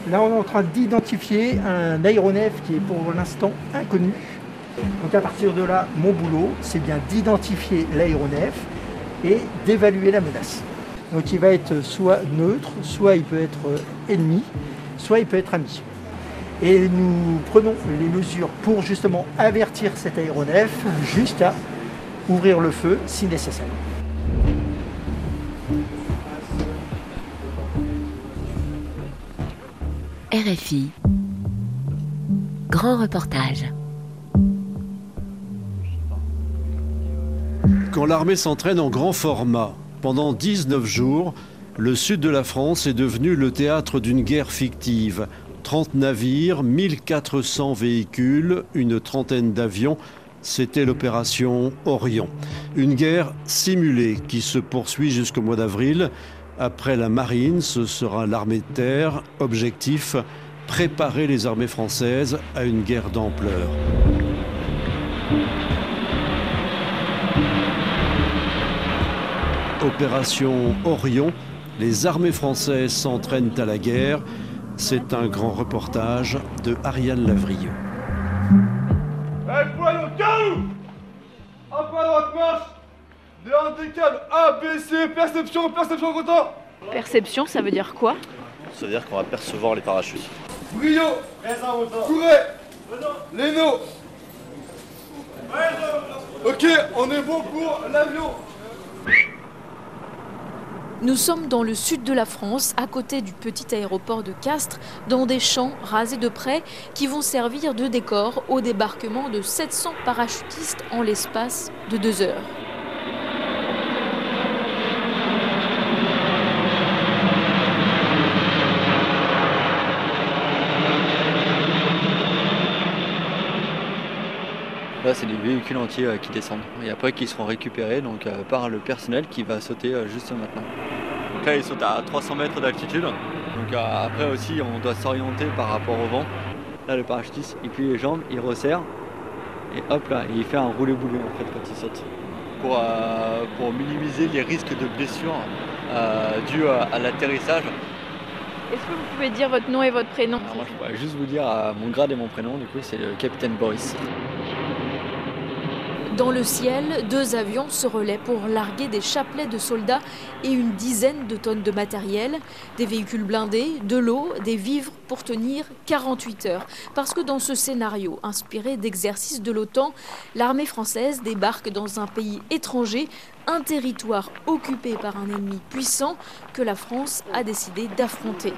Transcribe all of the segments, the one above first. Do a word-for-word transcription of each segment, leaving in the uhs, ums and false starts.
Là, on est en train d'identifier un aéronef qui est pour l'instant inconnu. Donc à partir de là, mon boulot, c'est bien d'identifier l'aéronef et d'évaluer la menace. Donc il va être soit neutre, soit il peut être ennemi, soit il peut être ami. Et nous prenons les mesures pour justement avertir cet aéronef jusqu'à ouvrir le feu si nécessaire. R F I. Grand reportage. Quand l'armée s'entraîne en grand format, pendant dix-neuf jours, le sud de la France est devenu le théâtre d'une guerre fictive. trente navires, mille quatre cents véhicules, une trentaine d'avions. C'était l'opération Orion. Une guerre simulée qui se poursuit jusqu'au mois d'avril. Après la marine, ce sera l'armée de terre. Objectif, préparer les armées françaises à une guerre d'ampleur. Opération Orion, les armées françaises s'entraînent à la guerre. C'est un grand reportage de Ariane Lavrieux. Hey, point au calme. Un pas à droite, marche. Des indécables A, B, C, perception, perception content. Perception, ça veut dire quoi? Ça veut dire qu'on va percevoir les parachutes. Brio, Couret, Léno. Ok, on est bon pour l'avion. Nous sommes dans le sud de la France, à côté du petit aéroport de Castres, dans des champs rasés de près qui vont servir de décor au débarquement de sept cents parachutistes en l'espace de deux heures. Là, c'est des véhicules entiers euh, qui descendent et après qui seront récupérés donc, euh, par le personnel qui va sauter euh, juste maintenant. Donc là, ils sautent à trois cents mètres d'altitude. Donc euh, après aussi, on doit s'orienter par rapport au vent. Là, le parachutiste, il plie les jambes, il resserre et hop là, il fait un roulé-boulé en fait quand il saute pour, euh, pour minimiser les risques de blessures euh, dus à, à l'atterrissage. Est-ce que vous pouvez dire votre nom et votre prénom? Alors moi, je pourrais juste vous dire euh, mon grade et mon prénom. Du coup, c'est le capitaine Boris. Dans le ciel, deux avions se relaient pour larguer des chapelets de soldats et une dizaine de tonnes de matériel, des véhicules blindés, de l'eau, des vivres pour tenir quarante-huit heures. Parce que dans ce scénario, inspiré d'exercices de l'OTAN, l'armée française débarque dans un pays étranger, un territoire occupé par un ennemi puissant que la France a décidé d'affronter.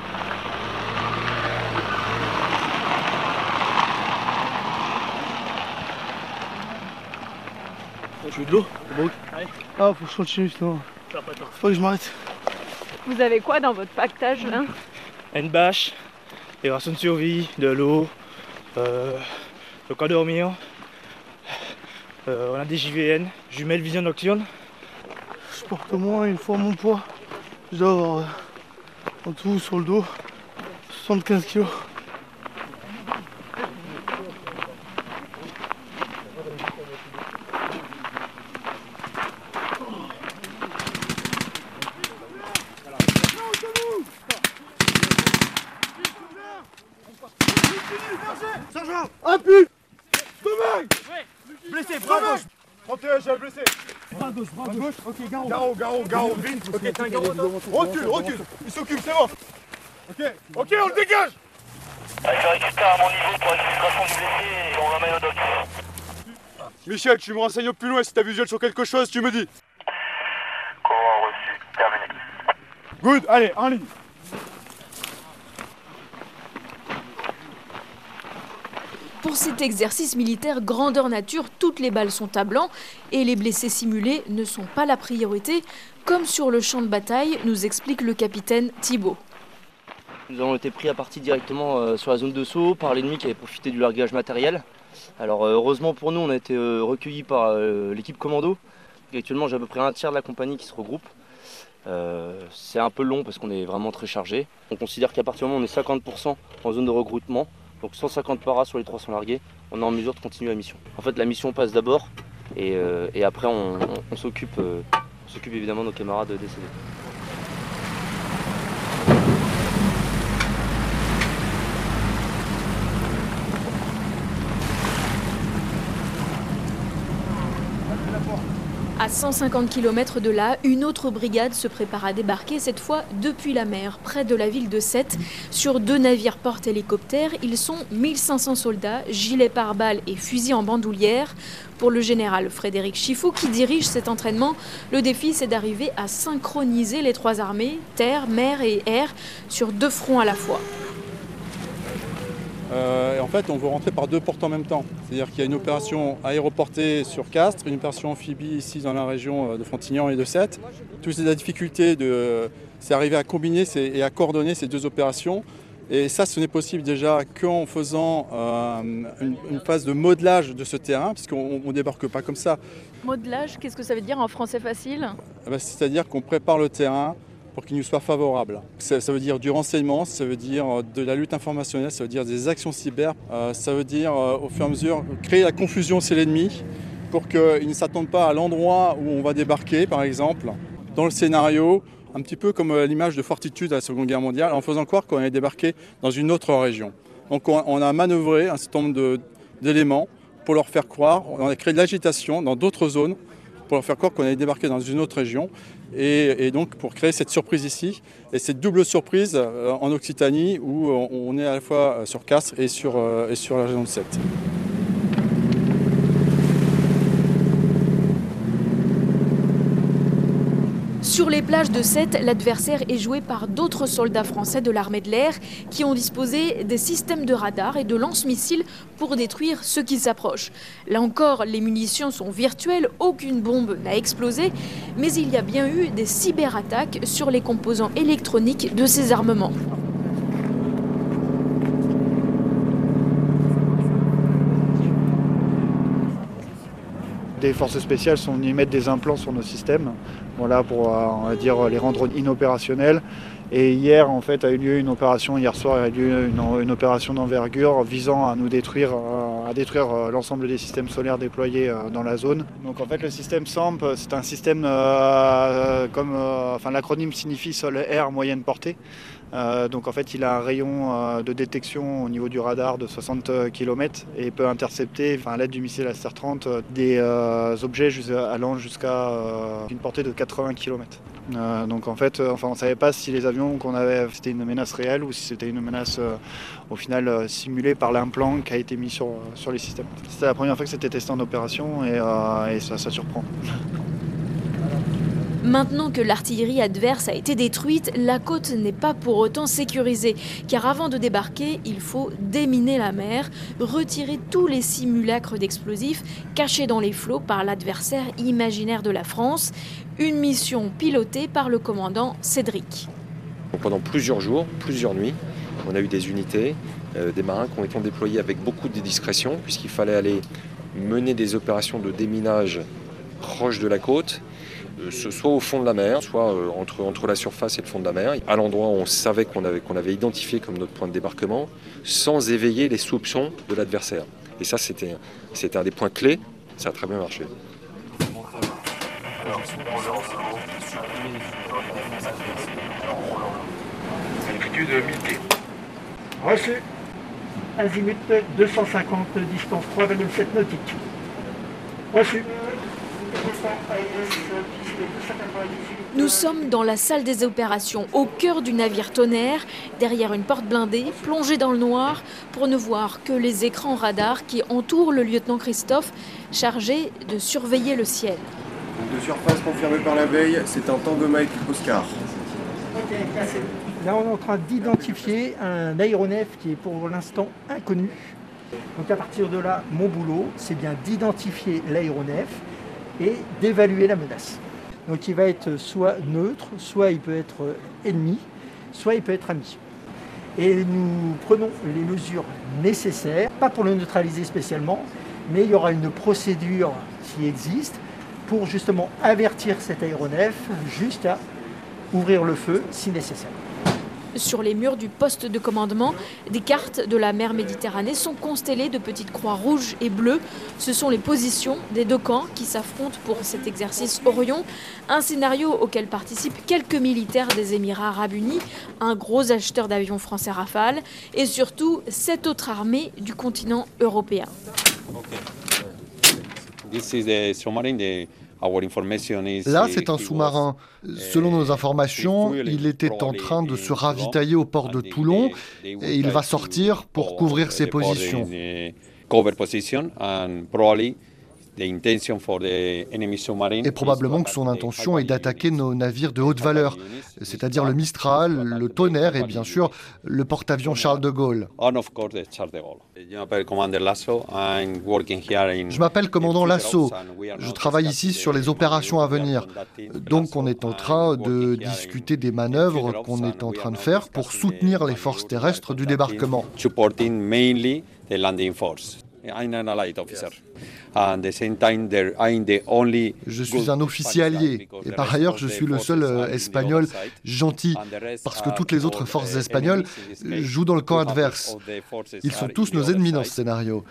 Tu veux de l'eau? Ah, faut que je continue, sinon. Faut que je m'arrête. Vous avez quoi dans votre pactage là? Une bâche, des rations de survie, de l'eau, euh, de quoi dormir. Euh, on a des J V N, jumelles vision nocturne. Je porte au moins une fois mon poids. Je dois avoir euh, en tout sur le dos soixante-quinze kilos. Sergent, appui. Deux mecs. Blessé, bras gauche. trente et un, j'ai un blessé. Bras gauche, bras gauche. Ok, Garo. Garo, Garo, Garo, vite. Ok, t'as un Garo. Recule, recule. Il s'occupe, c'est bon. Ok, ok, on le dégage. Allez, je récupère à mon niveau pour l'exfiltration du blessé et on l'emmène au doc. Michel, tu me renseignes au plus loin si t'as visuel sur quelque chose, tu me dis. Courant reçu, terminé. Good, allez, en ligne. Pour cet exercice militaire grandeur nature, toutes les balles sont à blanc et les blessés simulés ne sont pas la priorité, comme sur le champ de bataille, nous explique le capitaine Thibault. Nous avons été pris à partie directement euh, sur la zone de saut par l'ennemi qui avait profité du largage matériel. Alors euh, heureusement pour nous, on a été euh, recueillis par euh, l'équipe commando. Et actuellement, j'ai à peu près un tiers de la compagnie qui se regroupe. Euh, c'est un peu long parce qu'on est vraiment très chargé. On considère qu'à partir du moment où on est cinquante pour cent en zone de regroupement, donc cent cinquante paras sur les trois cents largués, on est en mesure de continuer la mission. En fait, la mission passe d'abord et, euh, et après on, on, on s'occupe euh, on s'occupe évidemment de nos camarades décédés. cent cinquante kilomètres de là, une autre brigade se prépare à débarquer, cette fois depuis la mer, près de la ville de Sète. Sur deux navires porte-hélicoptères, ils sont mille cinq cents soldats, gilets pare-balles et fusils en bandoulière. Pour le général Frédéric Chifou, qui dirige cet entraînement, le défi c'est d'arriver à synchroniser les trois armées, terre, mer et air, sur deux fronts à la fois. Euh, et en fait, on veut rentrer par deux portes en même temps. C'est-à-dire qu'il y a une opération aéroportée sur Castres, une opération amphibie ici dans la région de Frontignan et de Sète. Toute la difficulté, de, c'est arriver à combiner ces, et à coordonner ces deux opérations. Et ça, ce n'est possible déjà qu'en faisant euh, une, une phase de modelage de ce terrain, puisqu'on ne débarque pas comme ça. Modelage, qu'est-ce que ça veut dire en français facile? Eh bien, c'est-à-dire qu'on prépare le terrain pour qu'il nous soit favorable. Ça, ça veut dire du renseignement, ça veut dire de la lutte informationnelle, ça veut dire des actions cyber, euh, ça veut dire euh, au fur et à mesure créer la confusion chez l'ennemi pour qu'il ne s'attende pas à l'endroit où on va débarquer, par exemple, dans le scénario, un petit peu comme l'image de Fortitude à la Seconde Guerre mondiale, en faisant croire qu'on allait débarquer dans une autre région. Donc on, on a manœuvré un certain nombre de, d'éléments pour leur faire croire, on a créé de l'agitation dans d'autres zones pour leur faire croire qu'on allait débarquer dans une autre région. Et, et donc pour créer cette surprise ici, et cette double surprise euh, en Occitanie où on, on est à la fois sur Castres et sur, euh, et sur la région de Sète. Sur les plages de Sète, l'adversaire est joué par d'autres soldats français de l'armée de l'air qui ont disposé des systèmes de radar et de lance-missiles pour détruire ceux qui s'approchent. Là encore, les munitions sont virtuelles, aucune bombe n'a explosé, mais il y a bien eu des cyberattaques sur les composants électroniques de ces armements. Des forces spéciales sont venues mettre des implants sur nos systèmes, voilà, pour on va dire, les rendre inopérationnels. Et hier, en fait, a eu lieu une opération, hier soir, a eu lieu une, une opération d'envergure visant à nous détruire, à détruire l'ensemble des systèmes solaires déployés dans la zone. Donc en fait, le système S A M P, c'est un système, euh, comme, euh, enfin, l'acronyme signifie sol-air moyenne portée. Euh, donc en fait il a un rayon euh, de détection au niveau du radar de soixante kilomètres et peut intercepter, enfin, à l'aide du missile Aster trente, des euh, objets allant jusqu'à euh, une portée de quatre-vingts kilomètres. Euh, donc en fait euh, enfin, on ne savait pas si les avions qu'on avait c'était une menace réelle ou si c'était une menace euh, au final euh, simulée par l'implant qui a été mis sur, euh, sur les systèmes. C'était la première fois que c'était testé en opération et, euh, et ça, ça surprend. Maintenant que l'artillerie adverse a été détruite, la côte n'est pas pour autant sécurisée. Car avant de débarquer, il faut déminer la mer, retirer tous les simulacres d'explosifs cachés dans les flots par l'adversaire imaginaire de la France. Une mission pilotée par le commandant Cédric. Pendant plusieurs jours, plusieurs nuits, on a eu des unités, euh, des marins qui ont été déployés avec beaucoup de discrétion puisqu'il fallait aller mener des opérations de déminage proche de la côte, soit au fond de la mer, soit entre, entre la surface et le fond de la mer, à l'endroit où on savait qu'on avait, qu'on avait identifié comme notre point de débarquement, sans éveiller les soupçons de l'adversaire. Et ça, c'était, c'était un des points clés, ça a très bien marché. Altitude mille pieds. Reçu. Azimut deux cent cinquante, distance trois virgule sept nautiques. Reçu. Nous sommes dans la salle des opérations, au cœur du navire Tonnerre, derrière une porte blindée, plongée dans le noir, pour ne voir que les écrans radars qui entourent le lieutenant Christophe, chargé de surveiller le ciel. De surface confirmée par la veille, c'est un Tango Mike Oscar. Là, on est en train d'identifier un aéronef qui est pour l'instant inconnu. Donc à partir de là, mon boulot, c'est bien d'identifier l'aéronef et d'évaluer la menace. Donc il va être soit neutre, soit il peut être ennemi, soit il peut être ami. Et nous prenons les mesures nécessaires, pas pour le neutraliser spécialement, mais il y aura une procédure qui existe pour justement avertir cet aéronef jusqu'à ouvrir le feu si nécessaire. Sur les murs du poste de commandement, des cartes de la mer Méditerranée sont constellées de petites croix rouges et bleues. Ce sont les positions des deux camps qui s'affrontent pour cet exercice Orion, un scénario auquel participent quelques militaires des Émirats arabes unis, un gros acheteur d'avions français Rafale et surtout sept autres armées du continent européen. This is the submarine, the Là, c'est un sous-marin. Selon nos informations, il était en train de se ravitailler au port de Toulon et il va sortir pour couvrir ses positions. Et probablement que son intention est d'attaquer nos navires de haute valeur, c'est-à-dire le Mistral, le Tonnerre et bien sûr le porte-avions Charles de Gaulle. Je m'appelle commandant Lasso. Je travaille ici sur les opérations à venir. Donc on est en train de discuter des manœuvres qu'on est en train de faire pour soutenir les forces terrestres du débarquement. Je suis un officier allié et par ailleurs je suis le seul euh, espagnol gentil parce que toutes les autres forces espagnoles jouent dans le camp adverse. Ils sont tous nos ennemis dans ce scénario.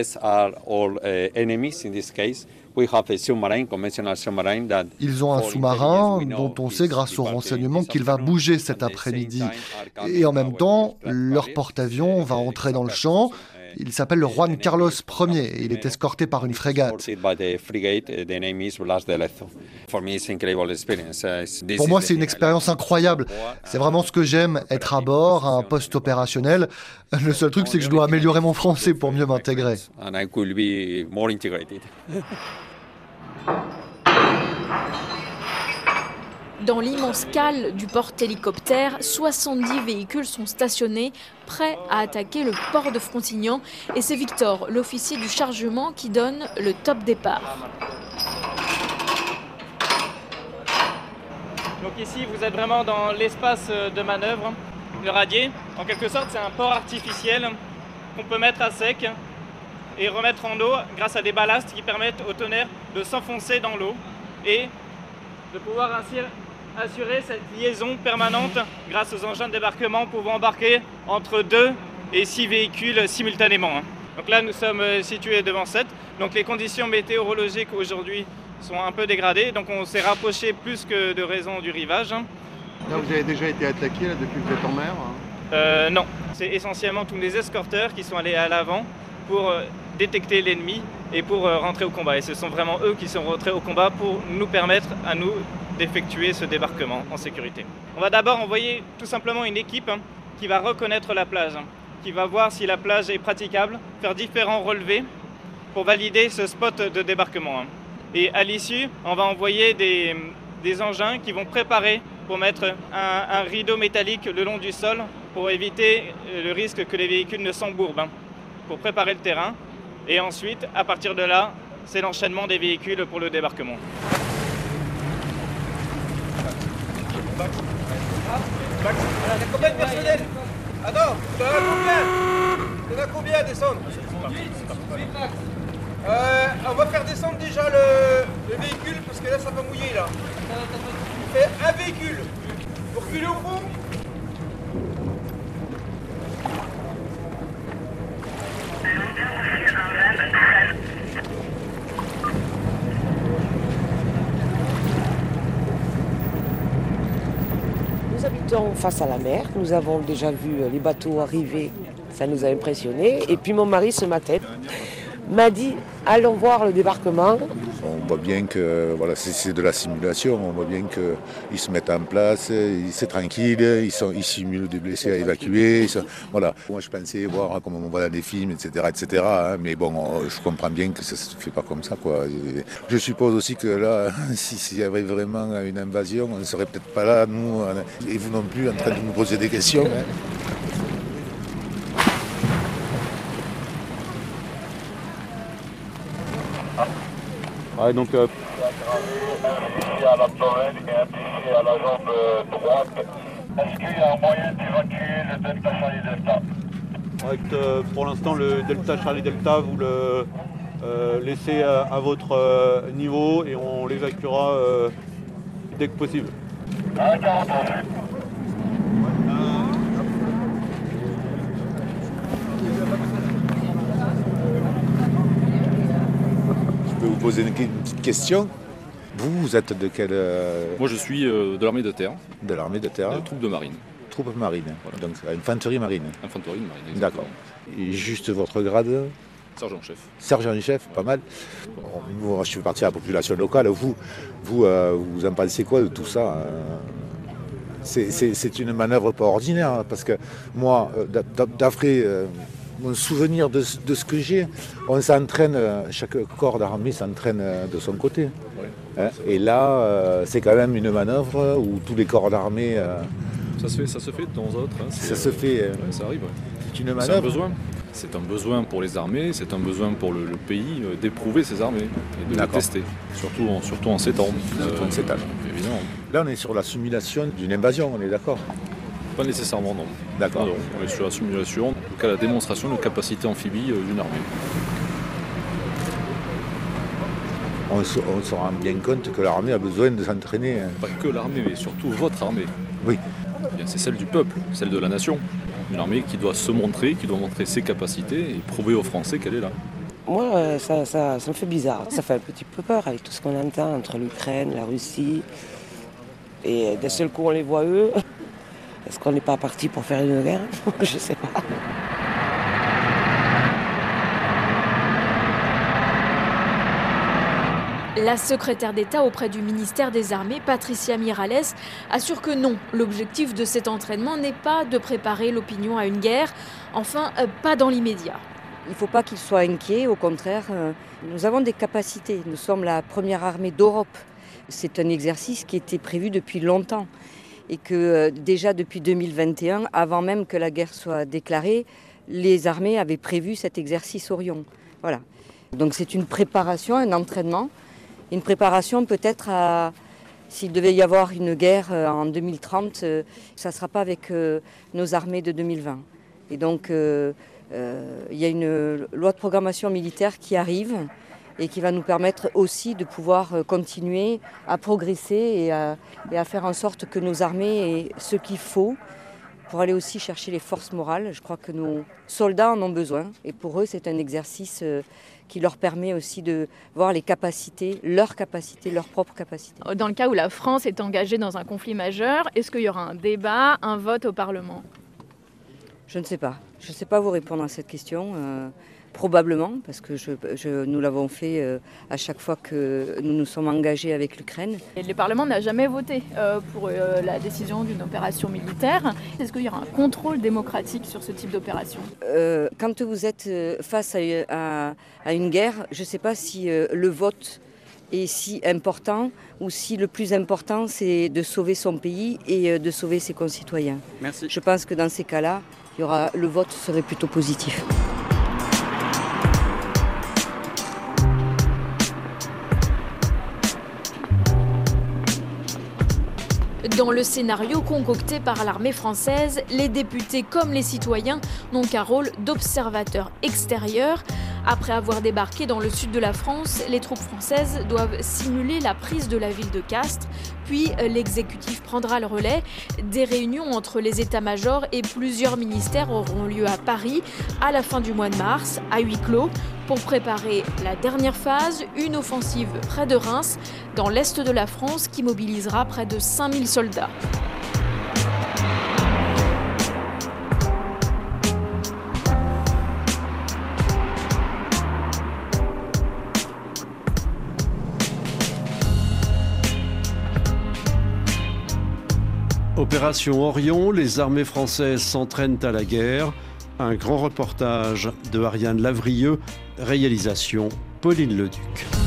Ils ont un sous-marin dont on sait grâce aux renseignements qu'il va bouger cet après-midi. Et en même temps, leur porte-avions va entrer dans le champ. Il s'appelle le Juan Carlos Ier et il est escorté par une frégate. Pour moi, c'est une expérience incroyable. C'est vraiment ce que j'aime, être à bord, à un poste opérationnel. Le seul truc, c'est que je dois améliorer mon français pour mieux m'intégrer. Dans l'immense cale du porte-hélicoptère, soixante-dix véhicules sont stationnés, prêts à attaquer le port de Frontignan. Et c'est Victor, l'officier du chargement, qui donne le top départ. Donc ici, vous êtes vraiment dans l'espace de manœuvre, le radier. En quelque sorte, c'est un port artificiel qu'on peut mettre à sec et remettre en eau grâce à des ballasts qui permettent au tonnerre de s'enfoncer dans l'eau et de pouvoir ainsi assurer cette liaison permanente grâce aux engins de débarquement pouvant embarquer entre deux et six véhicules simultanément. Donc là, nous sommes situés devant sept. Donc les conditions météorologiques aujourd'hui sont un peu dégradées. Donc on s'est rapproché plus que de raison du rivage. Là, vous avez déjà été attaqué là, depuis que vous êtes en mer? euh, Non, c'est essentiellement tous les escorteurs qui sont allés à l'avant pour détecter l'ennemi et pour rentrer au combat. Et ce sont vraiment eux qui sont rentrés au combat pour nous permettre à nous d'effectuer ce débarquement en sécurité. On va d'abord envoyer tout simplement une équipe qui va reconnaître la plage, qui va voir si la plage est praticable, faire différents relevés pour valider ce spot de débarquement. Et à l'issue, on va envoyer des, des engins qui vont préparer pour mettre un, un rideau métallique le long du sol pour éviter le risque que les véhicules ne s'embourbent, pour préparer le terrain. Et ensuite, à partir de là, c'est l'enchaînement des véhicules pour le débarquement. Il y a combien de personnel? Attends, il y en a combien? Il y en a combien à descendre? euh, On va faire descendre déjà le, le véhicule parce que là ça va mouiller là. Fait un véhicule. Vous reculez au fond? Nous habitons face à la mer, nous avons déjà vu les bateaux arriver, ça nous a impressionnés. Et puis mon mari ce matin m'a dit allons voir le débarquement. On voit bien que voilà, c'est de la simulation, on voit bien qu'ils se mettent en place, c'est tranquille, ils, sont, ils simulent des blessés à évacuer. Ils sont, voilà. Moi je pensais voir comme on voit dans des films, et cetera et cetera. Hein, mais bon, je comprends bien que ça ne se fait pas comme ça, quoi. Je suppose aussi que là, s'il y avait vraiment une invasion, on ne serait peut-être pas là, nous, et vous non plus, en train de nous poser des questions. Hein. Ouais, donc euh... à l'abdomen et un blessé à la jambe droite. Est-ce qu'il y a un moyen d'évacuer le Delta Charlie Delta? Avec, euh, pour l'instant, le Delta Charlie Delta, vous le euh, laissez à, à votre euh, niveau et on l'évacuera euh, dès que possible. D'accord, entendu. Je peux vous poser une, une petite question. Vous, vous êtes de quelle... Euh... Moi, je suis euh, de l'armée de terre. De l'armée de terre. Euh, troupe de marine. Troupe marine, voilà. Donc infanterie marine. Infanterie marine, d'accord. Et juste votre grade? Sergent-chef. Sergent-chef, pas mal. Bon, moi, je fais partie de la population locale. Vous, vous, euh, vous en pensez quoi de tout ça? c'est, c'est, c'est une manœuvre pas ordinaire, hein, parce que moi, d'après euh, mon souvenir de, de ce que j'ai, on s'entraîne, chaque corps d'armée s'entraîne de son côté. Ouais. Hein, et là, euh, c'est quand même une manœuvre où tous les corps d'armée... Euh, ça, se fait, ça se fait de temps en autre. Hein, ça se fait... Euh, ouais, ça arrive. Ouais. C'est une manœuvre. C'est un besoin. C'est un besoin pour les armées, c'est un besoin pour le, le pays euh, d'éprouver ces armées et de les tester, surtout en, surtout en ces temps. Surtout en ces temps. Évidemment. Là, on est sur la simulation d'une invasion, on est d'accord? Pas nécessairement, non. D'accord. Non, on est sur la simulation, en tout cas la démonstration de capacité amphibie euh, d'une armée. On se, on se rend bien compte que l'armée a besoin de s'entraîner. Hein. Pas que l'armée, mais surtout votre armée. Oui. Eh bien, c'est celle du peuple, celle de la nation. Une armée qui doit se montrer, qui doit montrer ses capacités et prouver aux Français qu'elle est là. Moi, ça, ça, ça me fait bizarre. Ça fait un petit peu peur avec tout ce qu'on entend entre l'Ukraine, la Russie. Et d'un seul coup, on les voit eux. Est-ce qu'on n'est pas parti pour faire une guerre? Je ne sais pas. La secrétaire d'État auprès du ministère des Armées, Patricia Miralles, assure que non, l'objectif de cet entraînement n'est pas de préparer l'opinion à une guerre, enfin pas dans l'immédiat. Il ne faut pas qu'ils soient inquiets, au contraire, nous avons des capacités, nous sommes la première armée d'Europe. C'est un exercice qui était prévu depuis longtemps et que déjà depuis deux mille vingt et un, avant même que la guerre soit déclarée, les armées avaient prévu cet exercice Orion. Voilà. Donc c'est une préparation, un entraînement. Une préparation peut-être à, s'il devait y avoir une guerre en deux mille trente, ça ne sera pas avec nos armées de deux mille vingt. Et donc euh, euh, il y a une loi de programmation militaire qui arrive et qui va nous permettre aussi de pouvoir continuer à progresser et à, et à faire en sorte que nos armées aient ce qu'il faut pour aller aussi chercher les forces morales. Je crois que nos soldats en ont besoin et pour eux c'est un exercice qui leur permet aussi de voir les capacités, leurs capacités, leurs propres capacités. Dans le cas où la France est engagée dans un conflit majeur, est-ce qu'il y aura un débat, un vote au Parlement? Je ne sais pas. Je ne sais pas vous répondre à cette question. Euh, probablement, parce que je, je, nous l'avons fait euh, à chaque fois que nous nous sommes engagés avec l'Ukraine. Et le Parlement n'a jamais voté euh, pour euh, la décision d'une opération militaire. Est-ce qu'il y aura un contrôle démocratique sur ce type d'opération? euh, Quand vous êtes face à, à, à une guerre, je ne sais pas si euh, le vote est si important ou si le plus important c'est de sauver son pays et euh, de sauver ses concitoyens. Merci. Je pense que dans ces cas-là, il y aura, le vote serait plutôt positif. Dans le scénario concocté par l'armée française, les députés comme les citoyens n'ont qu'un rôle d'observateurs extérieurs. Après avoir débarqué dans le sud de la France, les troupes françaises doivent simuler la prise de la ville de Castres, puis l'exécutif prendra le relais. Des réunions entre les états-majors et plusieurs ministères auront lieu à Paris à la fin du mois de mars, à huis clos, pour préparer la dernière phase, une offensive près de Reims, dans l'est de la France, qui mobilisera près de cinq mille soldats. Opération Orion, les armées françaises s'entraînent à la guerre. Un grand reportage de Ariane Lavrieux, réalisation Pauline Leduc.